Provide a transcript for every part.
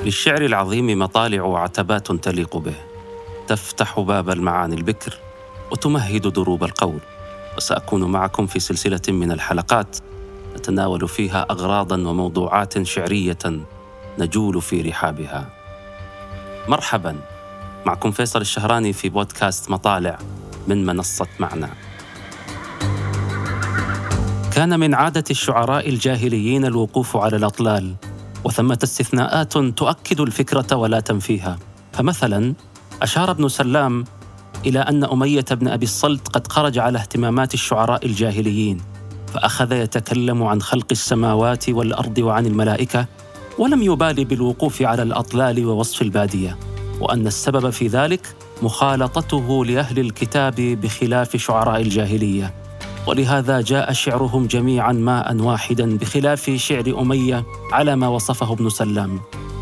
للشعر العظيم مطالع وعتبات تليق به، تفتح باب المعاني البكر وتمهد دروب القول. وسأكون معكم في سلسلة من الحلقات نتناول فيها أغراضاً وموضوعات شعرية نجول في رحابها. مرحباً، معكم فيصل الشهراني في بودكاست مطالع من منصة معنى. كان من عادة الشعراء الجاهليين الوقوف على الأطلال، وثمة استثناءات تؤكد الفكرة ولا تنفيها. فمثلاً أشار ابن سلام إلى أن أمية بن أبي الصلت قد خرج على اهتمامات الشعراء الجاهليين، فأخذ يتكلم عن خلق السماوات والأرض وعن الملائكة، ولم يبالي بالوقوف على الأطلال ووصف البادية، وأن السبب في ذلك مخالطته لأهل الكتاب بخلاف شعراء الجاهلية، ولهذا جاء شعرهم جميعاً ماء واحداً بخلاف شعر أمية على ما وصفه ابن سلام.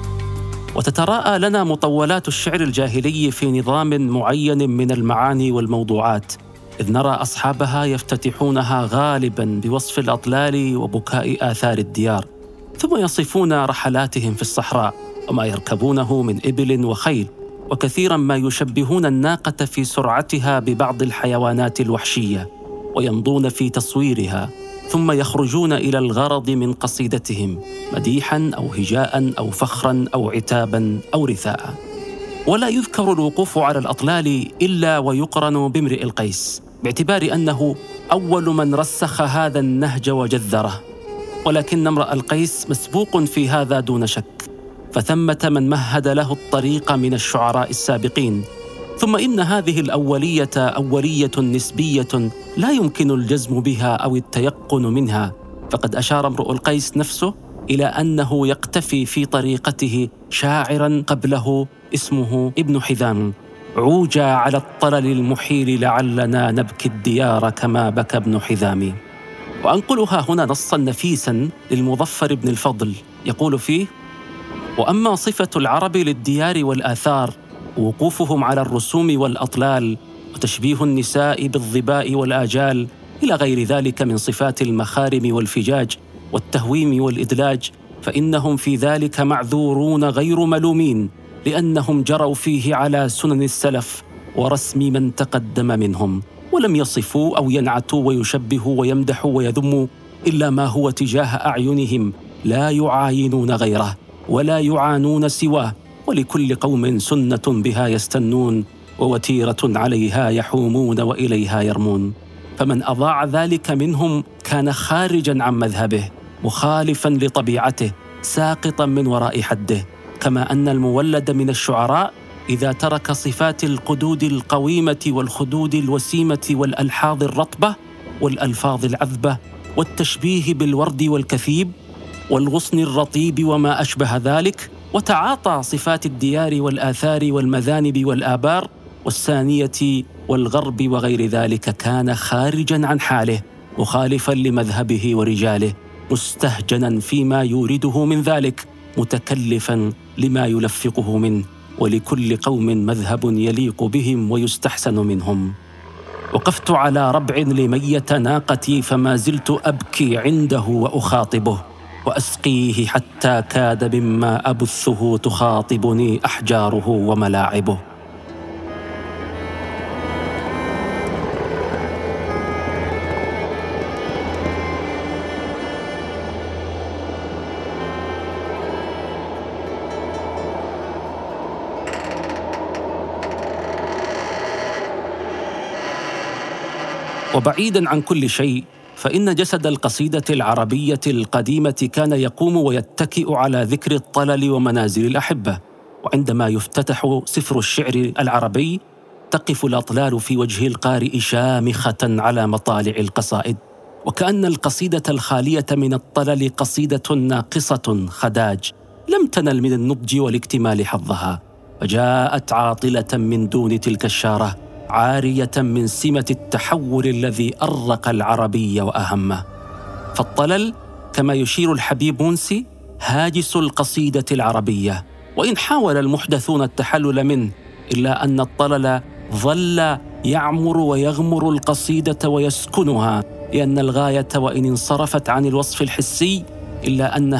وتتراءى لنا مطولات الشعر الجاهلي في نظام معين من المعاني والموضوعات، إذ نرى أصحابها يفتتحونها غالباً بوصف الأطلال وبكاء آثار الديار، ثم يصفون رحلاتهم في الصحراء وما يركبونه من إبل وخيل، وكثيراً ما يشبهون الناقة في سرعتها ببعض الحيوانات الوحشية، ويمضون في تصويرها، ثم يخرجون إلى الغرض من قصيدتهم مديحاً أو هجاء أو فخراً أو عتاباً أو رثاء. ولا يذكر الوقوف على الأطلال إلا ويقرن بامرئ القيس، باعتبار أنه أول من رسخ هذا النهج وجذره، ولكن امرأ القيس مسبوق في هذا دون شك، فثمة من مهد له الطريق من الشعراء السابقين. ثم إن هذه الأولية أولية نسبية لا يمكن الجزم بها أو التيقن منها، فقد أشار امرؤ القيس نفسه إلى أنه يقتفي في طريقته شاعراً قبله اسمه ابن حذام: عوجا على الطلل المحيل لعلنا نبكي الديار كما بكى ابن حذام. وأنقلها هنا نصاً نفيساً للمظفر بن الفضل يقول فيه: وأما صفة العرب للديار والآثار ووقوفهم على الرسوم والأطلال، وتشبيه النساء بالظباء والآجال، إلى غير ذلك من صفات المخارم والفجاج والتهويم والإدلاج، فإنهم في ذلك معذورون غير ملومين، لأنهم جروا فيه على سنن السلف ورسم من تقدم منهم، ولم يصفوا أو ينعتوا ويشبهوا ويمدحوا ويذموا إلا ما هو تجاه أعينهم، لا يعاينون غيره ولا يعانون سواه، ولكل قوم سنة بها يستنون، ووتيرة عليها يحومون وإليها يرمون. فمن أضاع ذلك منهم كان خارجاً عن مذهبه، مخالفاً لطبيعته، ساقطاً من وراء حده. كما أن المولد من الشعراء إذا ترك صفات القدود القويمة والخدود الوسيمة والألحاظ الرطبة والألفاظ العذبة والتشبيه بالورد والكثيب والغصن الرطيب وما أشبه ذلك، وتعاطى صفات الديار والآثار والمذانب والآبار والسانية والغرب وغير ذلك، كان خارجاً عن حاله، مخالفاً لمذهبه ورجاله، مستهجناً فيما يورده من ذلك، متكلفاً لما يلفقه منه، ولكل قوم مذهب يليق بهم ويستحسن منهم. وقفت على ربع لمية ناقتي فما زلت أبكي عنده وأخاطبه، وأسقيه حتى كاد مما أبثه تخاطبني أحجاره وملاعبه. وبعيداً عن كل شيء، فإن جسد القصيدة العربية القديمة كان يقوم ويتكئ على ذكر الطلل ومنازل الأحبة. وعندما يفتتح سفر الشعر العربي تقف الأطلال في وجه القارئ شامخة على مطالع القصائد، وكأن القصيدة الخالية من الطلل قصيدة ناقصة خداج لم تنل من النضج والاكتمال حظها، فجاءت عاطلة من دون تلك الشارة، عارية من سمة التحول الذي أرق العربي وأهمه. فالطلل كما يشير الحبيب منسي هاجس القصيدة العربية، وإن حاول المحدثون التحلل منه إلا أن الطلل ظل يعمر ويغمر القصيدة ويسكنها، لأن الغاية وإن انصرفت عن الوصف الحسي إلا أنها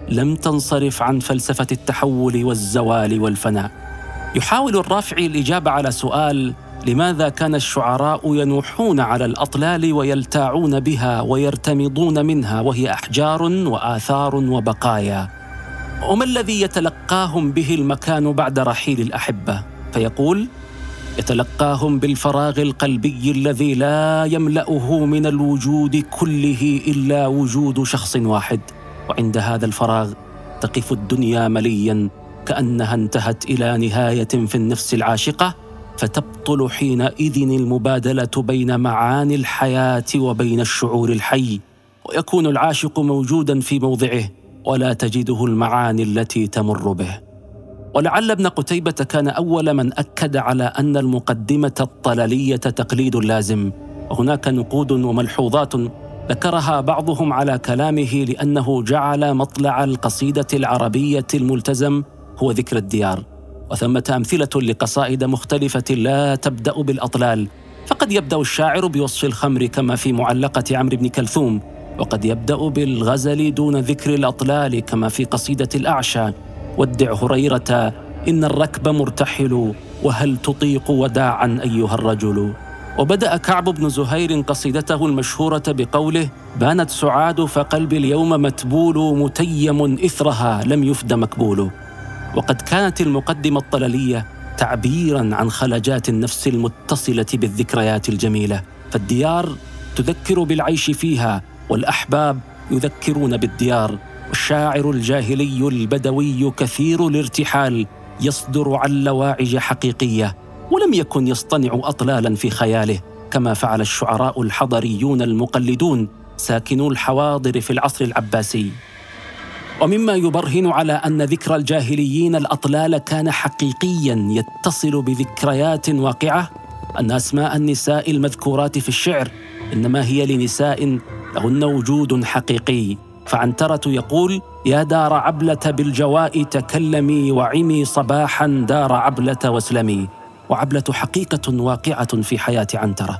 لم تنصرف عن فلسفة التحول والزوال والفناء. يحاول الرافعي الإجابة على سؤال: لماذا كان الشعراء ينوحون على الأطلال ويلتاعون بها ويرتمضون منها وهي أحجار وآثار وبقايا؟ وما الذي يتلقاهم به المكان بعد رحيل الأحبة؟ فيقول: يتلقاهم بالفراغ القلبي الذي لا يملأه من الوجود كله إلا وجود شخص واحد، وعند هذا الفراغ تقف الدنيا ملياً كأنها انتهت إلى نهاية في النفس العاشقة، فتبطل حينئذ المبادلة بين معاني الحياة وبين الشعور الحي، ويكون العاشق موجوداً في موضعه ولا تجده المعاني التي تمر به. ولعل ابن قتيبة كان أول من أكد على أن المقدمة الطلالية تقليد لازم، وهناك نقود وملحوظات ذكرها بعضهم على كلامه لأنه جعل مطلع القصيدة العربية الملتزم هو ذكر الديار. وثمة أمثلة لقصائد مختلفة لا تبدأ بالأطلال، فقد يبدأ الشاعر بوصف الخمر كما في معلقة عمرو بن كلثوم، وقد يبدأ بالغزل دون ذكر الأطلال كما في قصيدة الأعشى: ودع هريرة إن الركب مرتحل وهل تطيق وداعا أيها الرجل. وبدأ كعب بن زهير قصيدته المشهورة بقوله: بانت سعاد فقلبي اليوم متبول متيم إثرها لم يفد مكبول. وقد كانت المقدمة الطلالية تعبيراً عن خلجات النفس المتصلة بالذكريات الجميلة، فالديار تذكر بالعيش فيها، والأحباب يذكرون بالديار، والشاعر الجاهلي البدوي كثير الارتحال يصدر عن لواعج حقيقية، ولم يكن يصطنع أطلالاً في خياله كما فعل الشعراء الحضريون المقلدون ساكنو الحواضر في العصر العباسي. ومما يبرهن على أن ذكر الجاهليين الأطلال كان حقيقياً يتصل بذكريات واقعة أن أسماء النساء المذكورات في الشعر إنما هي لنساء لهن وجود حقيقي. فعنترة يقول: يا دار عبلة بالجواء تكلمي وعمي صباحاً دار عبلة واسلمي. وعبلة حقيقة واقعة في حياة عنترة.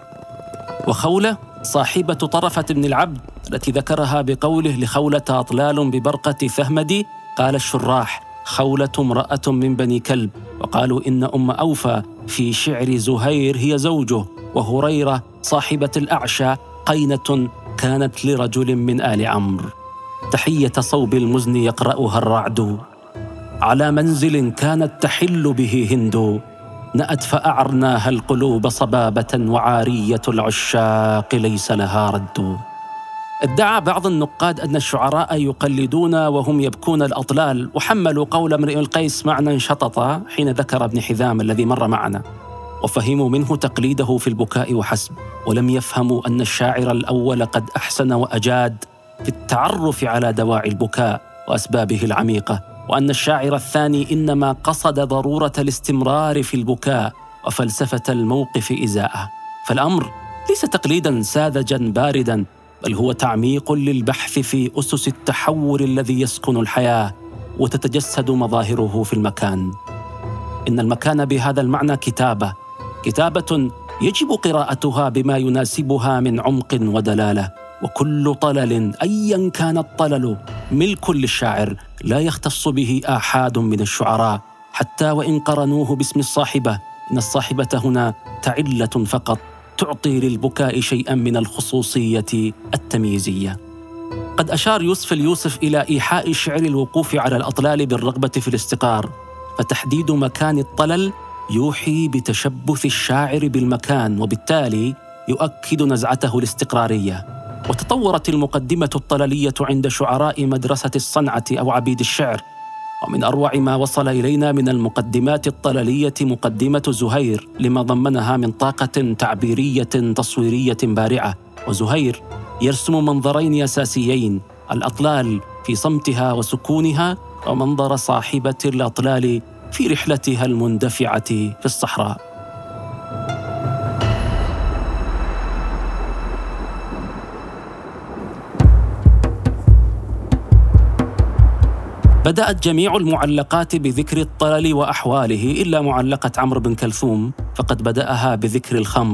وخولة صاحبة طرفة بن العبد التي ذكرها بقوله: لخولة أطلال ببرقة ثهمدي، قال الشراح: خولة امرأة من بني كلب. وقالوا إن أم أوفى في شعر زهير هي زوجه، وهريرة صاحبة الأعشى قينة كانت لرجل من آل عمرو. تحية صوب المزن يقرأها الرعد، على منزل كانت تحل به هند، نأت فأعرناها القلوب صبابة، وعارية العشاق ليس لها رد. ادعى بعض النقاد أن الشعراء يقلدون وهم يبكون الأطلال، وحملوا قول امرئ القيس معنى شططا حين ذكر ابن حذام الذي مر معنا، وفهموا منه تقليده في البكاء وحسب، ولم يفهموا أن الشاعر الأول قد أحسن وأجاد في التعرف على دواعي البكاء وأسبابه العميقة، وأن الشاعر الثاني إنما قصد ضرورة الاستمرار في البكاء وفلسفة الموقف إزاءه. فالأمر ليس تقليداً ساذجاً بارداً، بل هو تعميق للبحث في أسس التحول الذي يسكن الحياة وتتجسد مظاهره في المكان. إن المكان بهذا المعنى كتابة يجب قراءتها بما يناسبها من عمق ودلالة، وكل طلل أياً كان الطلل ملك للشاعر لا يختص به آحاد من الشعراء، حتى وإن قرنوه باسم الصاحبة، إن الصاحبة هنا تعلة فقط تعطي للبكاء شيئاً من الخصوصية التمييزية. قد أشار يوسف اليوسف إلى إيحاء شعر الوقوف على الأطلال بالرغبة في الاستقرار، فتحديد مكان الطلل يوحي بتشبث الشاعر بالمكان، وبالتالي يؤكد نزعته الاستقرارية. وتطورت المقدمة الطللية عند شعراء مدرسة الصنعة أو عبيد الشعر، ومن أروع ما وصل إلينا من المقدمات الطللية مقدمة زهير لما ضمنها من طاقة تعبيرية تصويرية بارعة. وزهير يرسم منظرين أساسيين: الأطلال في صمتها وسكونها، ومنظر صاحبة الأطلال في رحلتها المندفعة في الصحراء. بدأت جميع المعلقات بذكر الطلل وأحواله إلا معلقة عمرو بن كلثوم، فقد بدأها بذكر الخمر،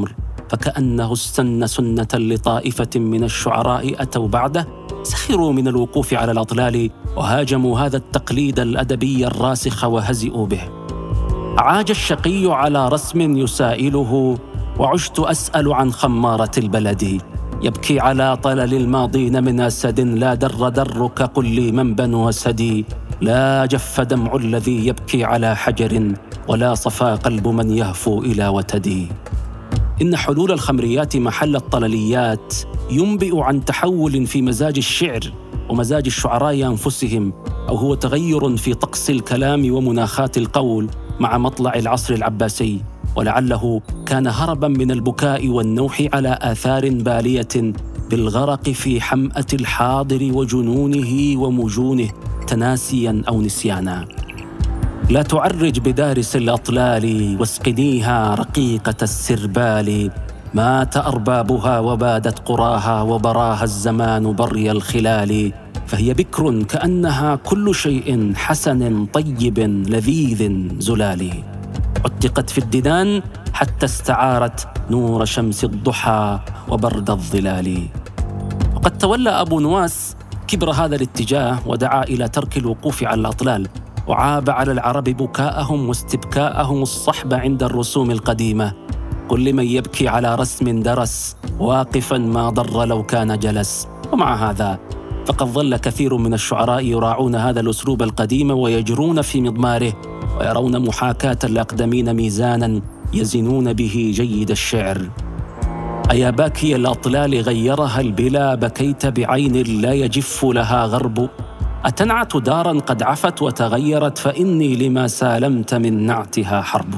فكأنه استن سنة لطائفة من الشعراء أتوا بعده سخروا من الوقوف على الأطلال وهاجموا هذا التقليد الأدبي الراسخ وهزئوا به. عاج الشقي على رسم يسائله وعشت أسأل عن خمارة البلد. يبكي على طلل الماضين من أسد لا در درك قل لي من بنو أسدي. لا جف دمع الذي يبكي على حجر ولا صفى قلب من يهفو إلى وتدي. إن حلول الخمريات محل الطلليات ينبئ عن تحول في مزاج الشعر ومزاج الشعراء أنفسهم، أو هو تغير في طقس الكلام ومناخات القول مع مطلع العصر العباسي، ولعله كان هربا من البكاء والنوح على آثار بالية بالغرق في حمأة الحاضر وجنونه ومجونه تناسيا أو نسيانا. لا تعرج بدارس الأطلال واسقنيها رقيقة السربال. مات أربابها وبادت قراها وبراها الزمان بري الخلال. فهي بكر كأنها كل شيء حسن طيب لذيذ زلال. عتقت في الديدان حتى استعارت نور شمس الضحى وبرد الظلال. وقد تولى أبو نواس كبر هذا الاتجاه ودعا إلى ترك الوقوف على الأطلال، وعاب على العرب بكاءهم واستبكاءهم الصحب عند الرسوم القديمة. كل من يبكي على رسم درس واقفا ما ضر لو كان جلس. ومع هذا فقد ظل كثير من الشعراء يراعون هذا الأسلوب القديم ويجرون في مضماره، ويرون محاكاة الأقدمين ميزانا يزنون به جيد الشعر. أيا باكي الأطلال غيرها البلا بكيت بعين لا يجف لها غرب. أتنعت دارا قد عفت وتغيرت فإني لما سالمت من نعتها حرب.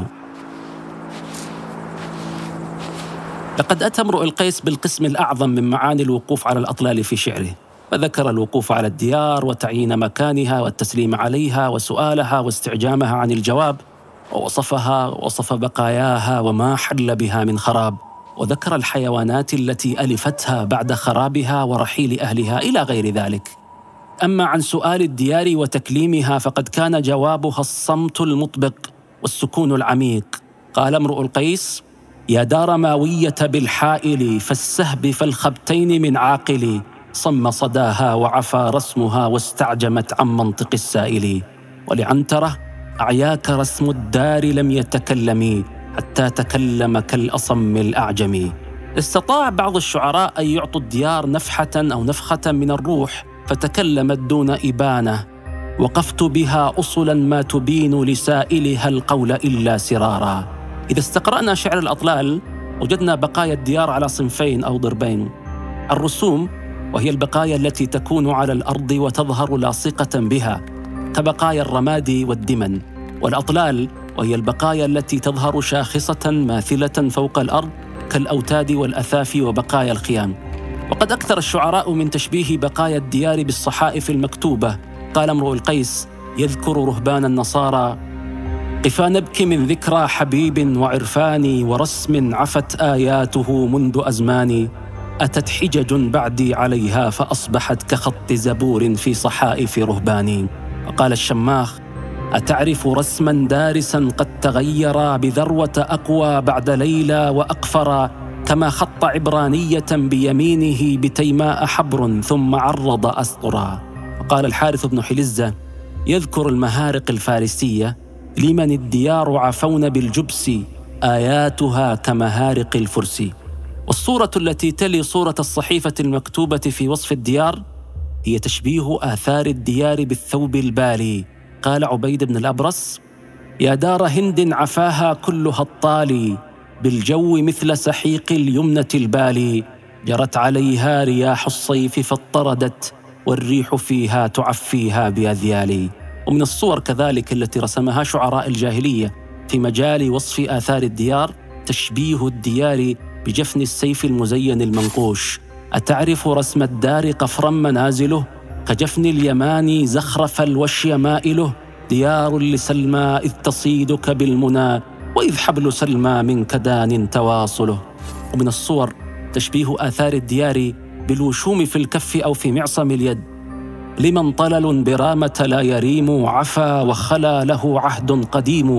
لقد أتى امرؤ القيس بالقسم الأعظم من معاني الوقوف على الأطلال في شعره، فذكر الوقوف على الديار وتعيين مكانها والتسليم عليها وسؤالها واستعجامها عن الجواب، ووصفها ووصف بقاياها وما حل بها من خراب، وذكر الحيوانات التي ألفتها بعد خرابها ورحيل أهلها إلى غير ذلك. أما عن سؤال الديار وتكليمها فقد كان جوابها الصمت المطبق والسكون العميق. قال امرؤ القيس: يا دار ماوية بالحائل فالسهب فالخبتين من عاقل. صم صداها وعفى رسمها واستعجمت عن منطق السائل. ولعنترة: أعياك رسم الدار لم يتكلم حتى تكلم كالأصم الأعجم. استطاع بعض الشعراء أن يعطوا الديار نفحة أو نفخة من الروح فتكلمت دون إبانة. وقفت بها أصلا ما تبين لسائلها القول إلا سرارا. إذا استقرأنا شعر الأطلال وجدنا بقايا الديار على صنفين أو ضربين: الرسوم، وهي البقايا التي تكون على الأرض وتظهر لاصقة بها كبقايا الرماد والدمن، والأطلال وهي البقايا التي تظهر شاخصة ماثلة فوق الأرض كالأوتاد والأثاف وبقايا الخيام. وقد أكثر الشعراء من تشبيه بقايا الديار بالصحائف المكتوبة. قال امرؤ القيس يذكر رهبان النصارى: قفا نبكي من ذكرى حبيب وعرفان ورسم عفت آياته منذ أزمان. أتت حجج بعدي عليها فأصبحت كخط زبور في صحائف رهبان. وقال الشماخ: أتعرف رسما دارسا قد تغير بذروة أقوى بعد ليلى وأقفر. كما خط عبرانية بيمينه بتيماء حبر ثم عرض أسطرا. وقال الحارث بن حلزة يذكر المهارق الفارسية: لمن الديار عفون بالجبس آياتها كمهارق الفرس. والصورة التي تلي صورة الصحيفة المكتوبة في وصف الديار هي تشبيه آثار الديار بالثوب البالي. قال عبيد بن الأبرس: يا دار هند عفاها كلها الطالي بالجو مثل سحيق اليمنة البالي. جرت عليها رياح الصيف فاضطردت والريح فيها تعفيها بأذيال. ومن الصور كذلك التي رسمها شعراء الجاهلية في مجال وصف آثار الديار تشبيه الديار بجفن السيف المزين المنقوش. أتعرف رسم الدار قفرا منازله كجفن اليمان زخرف الوشي مائله. ديار لسلمى إذ تصيدك بالمنى وإذ حبل سلمى من كدان تواصله. ومن الصور تشبيه آثار الديار بالوشوم في الكف أو في معصم اليد. لمن طلل برامة لا يريم عفا وخلا له عهد قديم.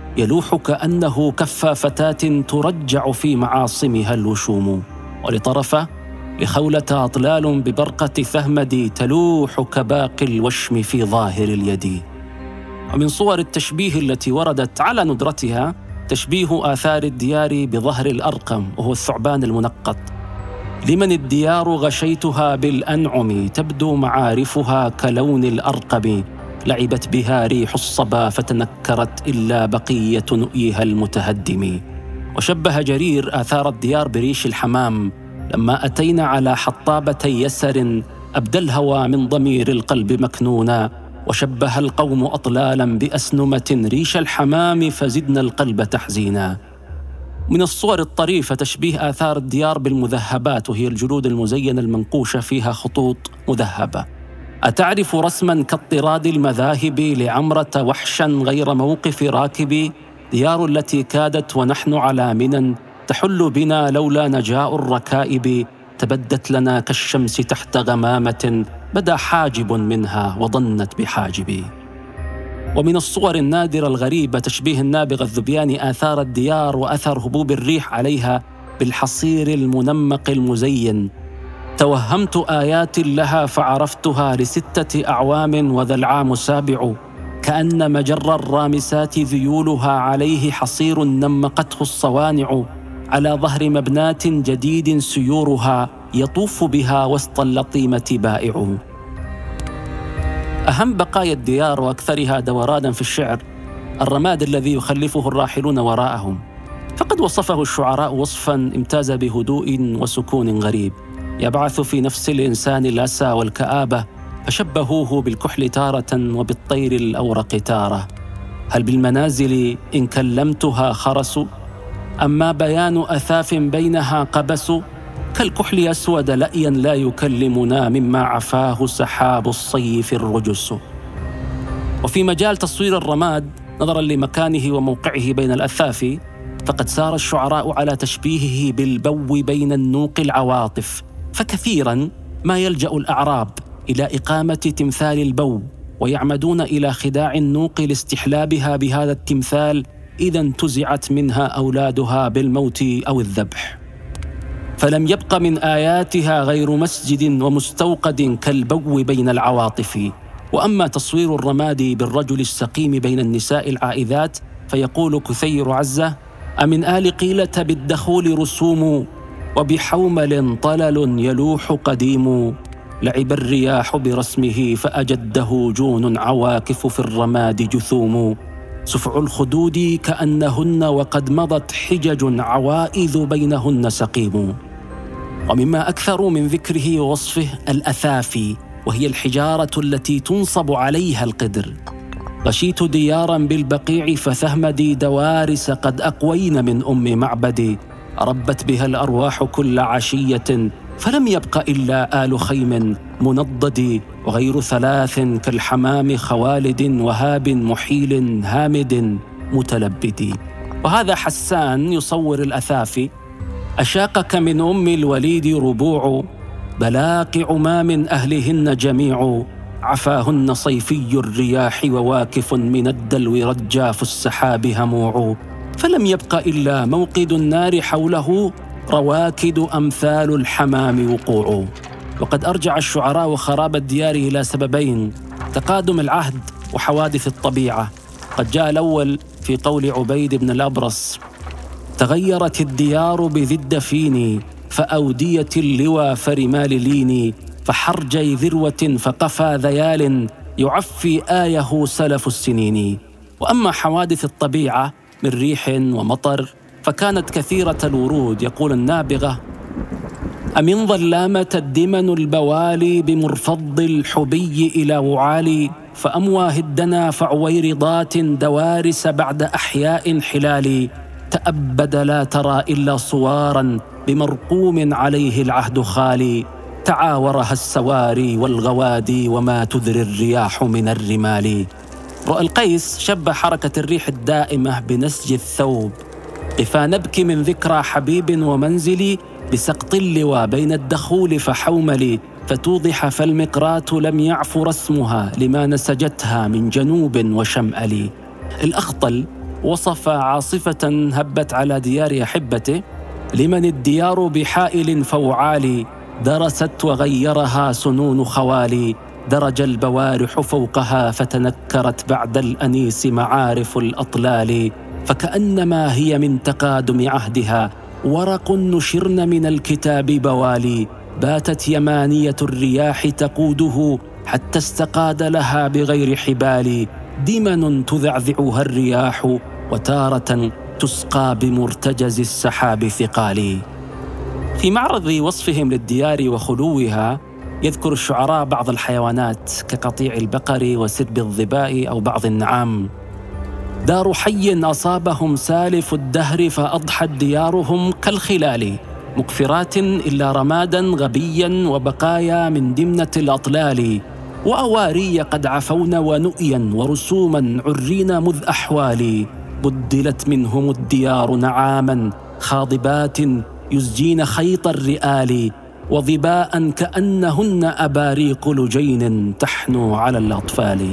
يلوح كأنه كف فتاة ترجع في معاصمها الوشوم. ولطرفه لخولة أطلال ببرقة ثهمدي تلوح كباقي الوشم في ظاهر اليد. ومن صور التشبيه التي وردت على ندرتها تشبيه آثار الديار بظهر الأرقم، وهو الثعبان المنقط. لمن الديار غشيتها بالأنعم، تبدو معارفها كلون الأرقم، لعبت بها ريح الصبا فتنكرت إلا بقية نؤيها المتهدم. وشبه جرير آثار الديار بريش الحمام لما أتينا على حطابة يسر أبدى الهوى من ضمير القلب مكنونا، وشبه القوم أطلالا بأسنمة ريش الحمام فزدنا القلب تحزينا. من الصور الطريفة تشبيه آثار الديار بالمذهبات، وهي الجلود المزينة المنقوشة فيها خطوط مذهبة. أتعرف رسما كاضطراد المذاهب لعمرة وحشا غير موقف راكب، ديار التي كادت ونحن على منى تحل بنا لولا نجاء الركائب، تبدت لنا كالشمس تحت غمامة بدا حاجب منها وظنت بحاجب. ومن الصور النادرة الغريبة تشبيه النابغة الذبياني آثار الديار وأثر هبوب الريح عليها بالحصير المنمق المزين. توهمت آيات لها فعرفتها ل6 أعوام وذا العام 7، كأن مجر الرامسات ذيولها عليه حصير نمقته الصوانع، على ظهر مبنات جديد سيورها يطوف بها وسط اللطيمة بائع. أهم بقايا الديار وأكثرها دورانا في الشعر الرماد الذي يخلفه الراحلون وراءهم، فقد وصفه الشعراء وصفاً امتاز بهدوء وسكون غريب، يبعث في نفس الإنسان الأسى والكآبة، فشبهوه بالكحل تارة وبالطير الأورق تارة. هل بالمنازل إن كلمتها خرس، أما بيان أثاف بينها قبس، كالكحل أسود لأيا لا يكلمنا مما عفاه سحاب الصيف الرجس. وفي مجال تصوير الرماد نظراً لمكانه وموقعه بين الأثاف، فقد سار الشعراء على تشبيهه بالبو بين النوق العواطف، فكثيراً ما يلجأ الأعراب إلى إقامة تمثال البو، ويعمدون إلى خداع النوق لاستحلابها بهذا التمثال إذا انتزعت منها أولادها بالموت أو الذبح. فلم يبق من آياتها غير مسجد ومستوقد كالبو بين العواطف. وأما تصوير الرماد بالرجل السقيم بين النساء العائذات فيقول كثير عزة: أمن آل قيلة بالدخول رسوم، وبحومل طلل يلوح قديم، لعب الرياح برسمه فأجده جون عواكف في الرماد جثوم، سفع الخدود كأنهن وقد مضت حجج عوائذ بينهن سقيم. ومما أكثر من ذكره ووصفه الأثافي، وهي الحجارة التي تنصب عليها القدر. غشيت ديارا بالبقيع فثهمدي دوارس قد أقوين من أم معبدي، ربت بها الأرواح كل عشية فلم يبق إلا آل خيم منضد، وغير 3 كالحمام خوالد وهاب محيل هامد متلبد. وهذا حسان يصور الأثافي: أشاقك من أم الوليد ربوع، بلاقع ما من أهلهن جميع، عفاهن صيفي الرياح وواكف من الدلو رجاف السحاب هموع، فلم يبق إلا موقد النار حوله رواكد أمثال الحمام وقوع. وقد أرجع الشعراء خراب الديار إلى سببين: تقادم العهد وحوادث الطبيعة. قد جاء الأول في قول عبيد بن الأبرص: تغيرت الديار بذي الدفين، فأودية اللوى فرمال ليني، فحرجي ذروة فقفى ذيال، يعفي آيه سلف السنين. وأما حوادث الطبيعة من ريح ومطر فكانت كثيرة الورود. يقول النابغة: أمن ظلامة الدمن البوالي، بمرفض الحبي إلى وعالي، فأمواه الدنا فعويرضات دوارس بعد أحياء حلال، تأبد لا ترى إلا صوارا بمرقوم عليه العهد خالي، تعاورها السواري والغوادي وما تذري الرياح من الرمال. رؤى القيس شبه حركة الريح الدائمة بنسج الثوب: قفا نبكي من ذكرى حبيب ومنزلي، بسقط اللوى بين الدخول فحوملي، فتوضح فالمقرات لم يعف رسمها، لما نسجتها من جنوب وشمأل. الأخطل وصف عاصفة هبت على ديار أحبته: لمن الديار بحائل فوعال، درست وغيرها سنون خوالي، درج البوارح فوقها فتنكرت بعد الأنيس معارف الأطلال، فكأنما هي من تقادم عهدها ورق نشرن من الكتاب بوالي، باتت يمانية الرياح تقوده حتى استقاد لها بغير حبال، دمن تذعذعها الرياح وتارة تسقى بمرتجز السحاب ثقال. في معرض وصفهم للديار وخلوها يذكر الشعراء بعض الحيوانات كقطيع البقر وسرب الظباء أو بعض النعام: دار حي أصابهم سالف الدهر فأضحت ديارهم كالخلال، مكفرات إلا رمادا غبيا وبقايا من دمنة الأطلال، وأواري قد عفون ونؤيا ورسوما عرين مذ أحوال، بدلت منهم الديار نعاما خاضبات يزجين خيط الرئال، وظباء كأنهن أباريق لجين تحنو على الأطفال.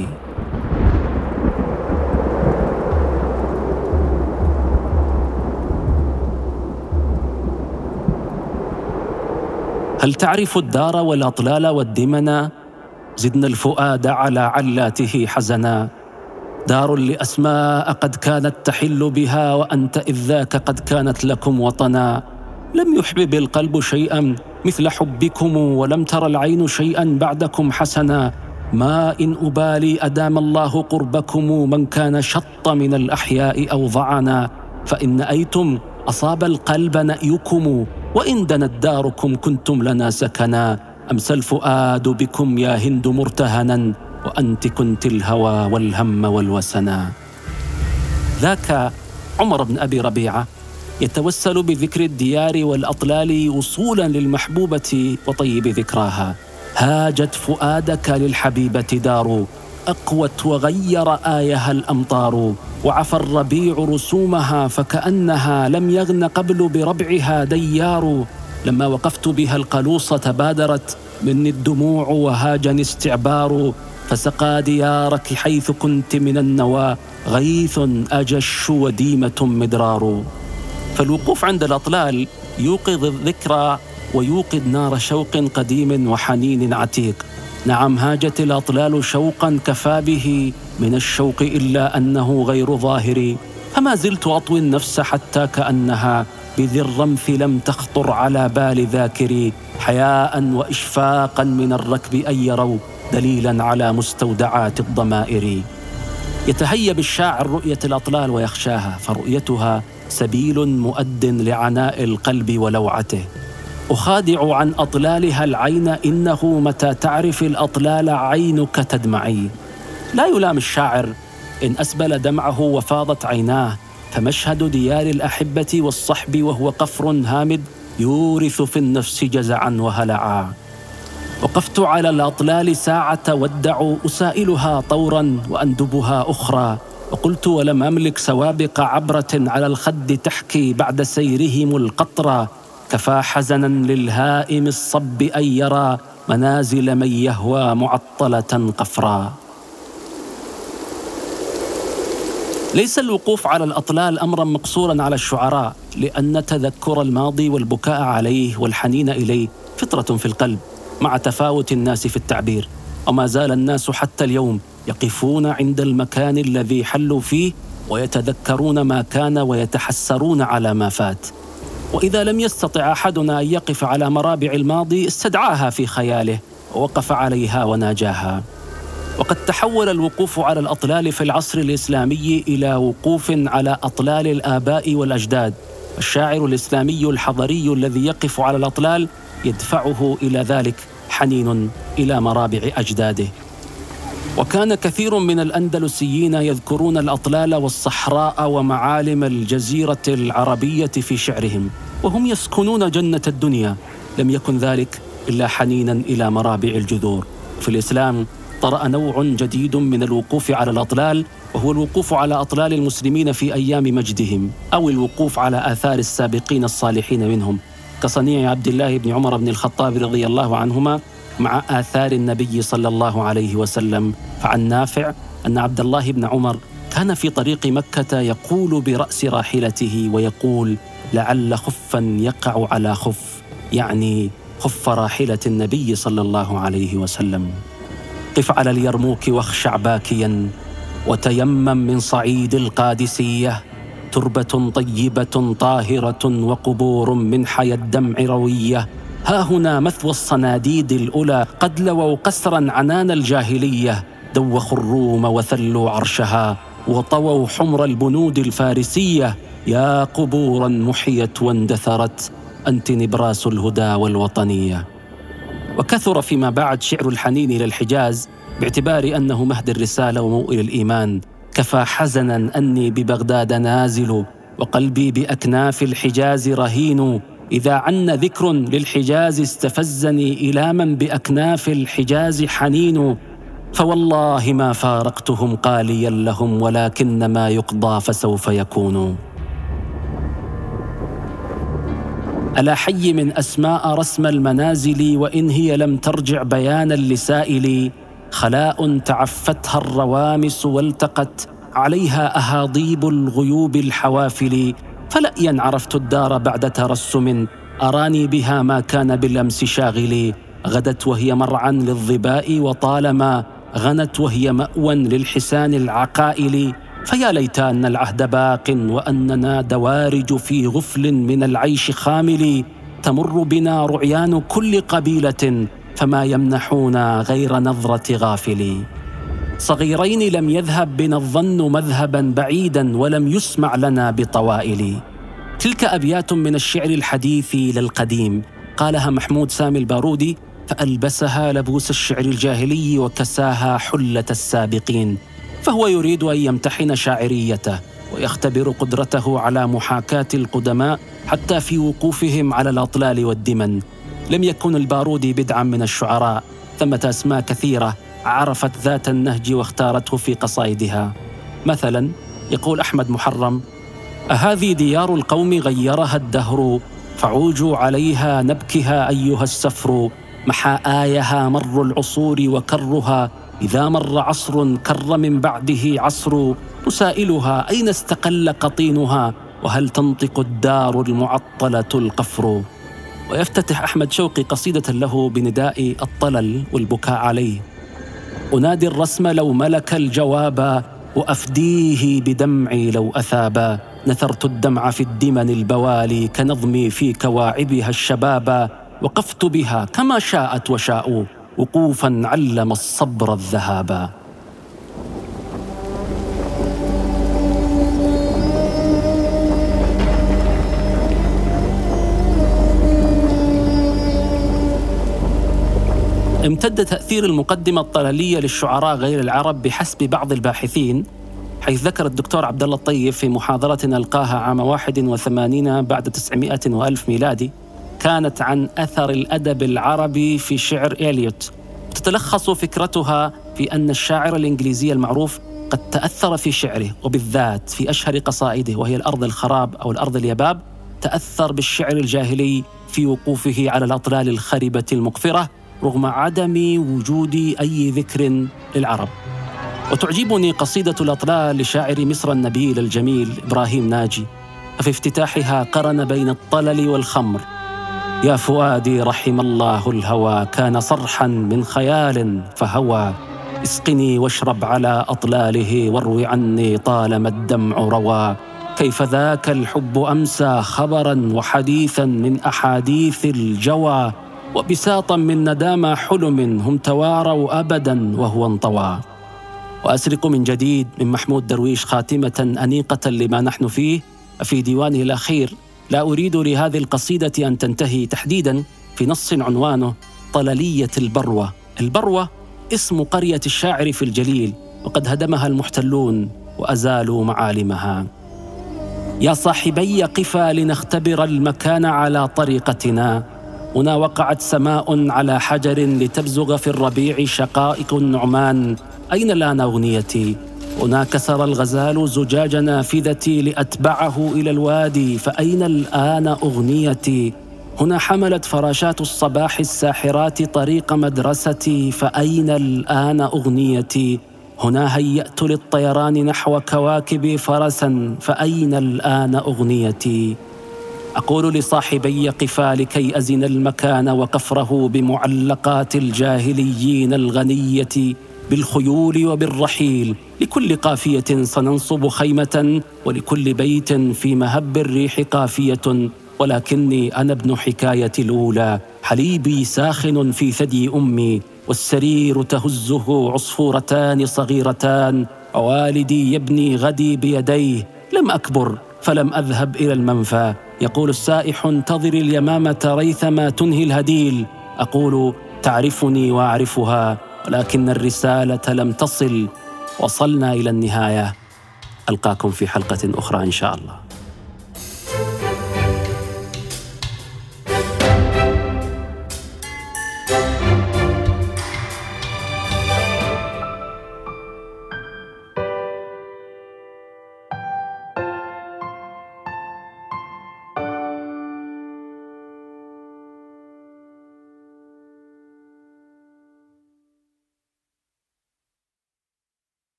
هل تعرف الدار والأطلال والدمنا؟ زدنا الفؤاد على علاته حزنا، دار لأسماء قد كانت تحل بها وأنت إذ ذاك قد كانت لكم وطنا، لم يحبب القلب شيئا مثل حبكم ولم تر العين شيئا بعدكم حسنا، ما إن أبالي أدام الله قربكم من كان شط من الأحياء أو ضعنا، فإن نأيتم أصاب القلب نأيكم وإن دنت داركم كنتم لنا سكنا، أمسى الفؤاد بكم يا هند مرتهنا وأنت كنت الهوى والهم والوسنا. ذاك عمر بن أبي ربيعة يتوسل بذكر الديار والأطلال وصولا للمحبوبة وطيب ذكراها: هاجت فؤادك للحبيبة دار، أقوت وغير آيها الأمطار، وعفى الربيع رسومها فكأنها لم يغن قبل بربعها ديار، لما وقفت بها القلوصة بادرت مني الدموع وهاجني استعبار، فسقى ديارك حيث كنت من النوى غيث أجش وديمة مدرار. فالوقوف عند الأطلال يوقظ الذكرى ويوقد نار شوق قديم وحنين عتيق. نعم، هاجت الأطلال شوقا كفى به من الشوق إلا أنه غير ظاهر، فما زلت أطوي النفس حتى كأنها بذي الرمث لم تخطر على بال ذاكري، حياء وإشفاقا من الركب أن يروا دليلا على مستودعات الضمائر. يتهيب الشاعر رؤية الأطلال ويخشاها، فرؤيتها سبيل مؤد لعناء القلب ولوعته. أخادع عن أطلالها العين، إنه متى تعرف الأطلال عينك تدمعي. لا يلام الشاعر إن أسبل دمعه وفاضت عيناه، فمشهد ديار الأحبة والصحب وهو قفر هامد يورث في النفس جزعا وهلعا. وقفت على الأطلال ساعة ودع أسائلها طورا وأندبها أخرى، وقلت ولم أملك سوابق عبرة على الخد تحكي بعد سيرهم القطرة، كفى حزنا للهائم الصب أن يرى منازل من يهوى معطلة قفرا. ليس الوقوف على الأطلال أمرا مقصورا على الشعراء، لأن تذكر الماضي والبكاء عليه والحنين إليه فطرة في القلب، مع تفاوت الناس في التعبير. وما زال الناس حتى اليوم يقفون عند المكان الذي حلوا فيه ويتذكرون ما كان ويتحسرون على ما فات. وإذا لم يستطع أحدنا أن يقف على مرابع الماضي استدعاها في خياله ووقف عليها وناجاها. وقد تحول الوقوف على الأطلال في العصر الإسلامي إلى وقوف على أطلال الآباء والأجداد. الشاعر الإسلامي الحضري الذي يقف على الأطلال يدفعه إلى ذلك حنين إلى مرابع أجداده. وكان كثير من الأندلسيين يذكرون الأطلال والصحراء ومعالم الجزيرة العربية في شعرهم، وهم يسكنون جنة الدنيا. لم يكن ذلك إلا حنينا إلى مرابع الجذور. في الإسلام طرأ نوع جديد من الوقوف على الأطلال، وهو الوقوف على أطلال المسلمين في أيام مجدهم، أو الوقوف على آثار السابقين الصالحين منهم، كصنيع عبد الله بن عمر بن الخطاب رضي الله عنهما مع آثار النبي صلى الله عليه وسلم. فعن نافع أن عبد الله بن عمر كان في طريق مكة يقول برأس راحلته ويقول: لعل خفا يقع على خف، يعني خف راحلة النبي صلى الله عليه وسلم. قف على اليرموك واخشع باكيا، وتيمم من صعيد القادسية، تربة طيبة طاهرة وقبور من حيا الدمع روية. ها هنا مثوى الصناديد الأولى، قد لووا قسرا عنان الجاهلية، دوخوا الروم وثلوا عرشها، وطووا حمر البنود الفارسية. يا قبورا محيت واندثرت، أنت نبراس الهدى والوطنية. وكثر فيما بعد شعر الحنين إلى الحجاز، باعتبار أنه مهد الرسالة وموئل الإيمان. كفى حزنا أني ببغداد نازل، وقلبي بأكناف الحجاز رهين. إذا عن ذكر للحجاز استفزني، إلى من بأكناف الحجاز حنين. فوالله ما فارقتهم قاليا لهم، ولكن ما يقضى فسوف يكون. ألا حي من أسماء رسم المنازل، وإن هي لم ترجع بيانا لسائلي. خلاء تعفتها الروامس، والتقت عليها أهاضيب الغيوب الحوافل. فلأيا عرفت الدار بعد ترسم، أراني بها ما كان بالأمس شاغلي. غدت وهي مرعا للظباء، وطالما غنت وهي مأوى للحسان العقائل. فيا ليت أن العهد باق، وأننا دوارج في غفل من العيش خامل. تمر بنا رعيان كل قبيلة، فما يمنحونا غير نظرة غافل. صغيرين لم يذهب بنا الظن مذهبا بعيدا، ولم يسمع لنا بطوائل. تلك أبيات من الشعر الحديث للقديم، قالها محمود سامي البارودي، فألبسها لبوس الشعر الجاهلي وكساها حلة السابقين. فهو يريد أن يمتحن شاعريته، ويختبر قدرته على محاكاة القدماء حتى في وقوفهم على الأطلال والدمن. لم يكن البارودي بدعا من الشعراء، ثمة أسماء كثيرة عرفت ذات النهج واختارته في قصائدها. مثلا يقول أحمد محرم: أهذه ديار القوم غيرها الدهر، فعوجوا عليها نبكها أيها السفر. محا آيها مر العصور وكرها، إذا مر عصر كر من بعده عصر. نسائلها أين استقل قطينها، وهل تنطق الدار المعطلة القفر. ويفتتح أحمد شوقي قصيدة له بنداء الطلل والبكاء عليه: أنادي الرسم لو ملك الجواب، وأفديه بدمعي لو أثابا. نثرت الدمع في الدمن البوالي، كنظمي في كواعبها الشبابا. وقفت بها كما شاءت وشاءوا، وقوفا علم الصبر الذهابا. امتد تأثير المقدمة الطلالية للشعراء غير العرب بحسب بعض الباحثين، حيث ذكر الدكتور عبد الله الطيب في محاضرة ألقاها عام 81 بعد 900 وألف ميلادي، كانت عن أثر الأدب العربي في شعر إليوت. تتلخص فكرتها في أن الشاعر الإنجليزي المعروف قد تأثر في شعره، وبالذات في أشهر قصائده وهي الأرض الخراب أو الأرض اليباب، تأثر بالشعر الجاهلي في وقوفه على الأطلال الخربة المقفرة رغم عدم وجود أي ذكر للعرب. وتعجبني قصيدة الأطلال لشاعر مصر النبيل الجميل إبراهيم ناجي، ففي افتتاحها قرن بين الطلل والخمر: يا فؤادي رحم الله الهوى، كان صرحا من خيال فهوى. اسقني واشرب على أطلاله، واروي عني طالما الدمع روى. كيف ذاك الحب أمسى خبرا وحديثا من أحاديث الجوى، وبساطا من ندامى حلم هم تواروا أبدا وهو انطوى. وأسرق من جديد من محمود درويش خاتمة أنيقة لما نحن فيه في ديوانه الأخير. لا أريد لهذه القصيدة أن تنتهي تحديدا في نص عنوانه طللية البروة. البروة اسم قرية الشاعر في الجليل، وقد هدمها المحتلون وأزالوا معالمها. يا صاحبي قفا لنختبر المكان على طريقتنا، هنا وقعت سماء على حجر لتبزغ في الربيع شقائق النعمان. أين الآن أغنيتي؟ هنا كسر الغزال زجاج نافذتي لأتبعه إلى الوادي، فأين الآن أغنيتي؟ هنا حملت فراشات الصباح الساحرات طريق مدرستي، فأين الآن أغنيتي؟ هنا هيأت للطيران نحو كواكب فرسا، فأين الآن أغنيتي؟ أقول لصاحبي قفا لكي أزن المكان وكفره بمعلقات الجاهليين الغنية، بالخيول وبالرحيل. لكل قافية سننصب خيمة، ولكل بيت في مهب الريح قافية. ولكني أنا ابن حكاية الأولى، حليبي ساخن في ثدي أمي، والسرير تهزه عصفورتان صغيرتان، ووالدي يبني غدي بيديه. لم أكبر فلم أذهب إلى المنفى. يقول السائح انتظر اليمامة ريثما تنهي الهديل. أقول تعرفني وأعرفها، ولكن الرسالة لم تصل. وصلنا إلى النهاية. ألقاكم في حلقة أخرى إن شاء الله.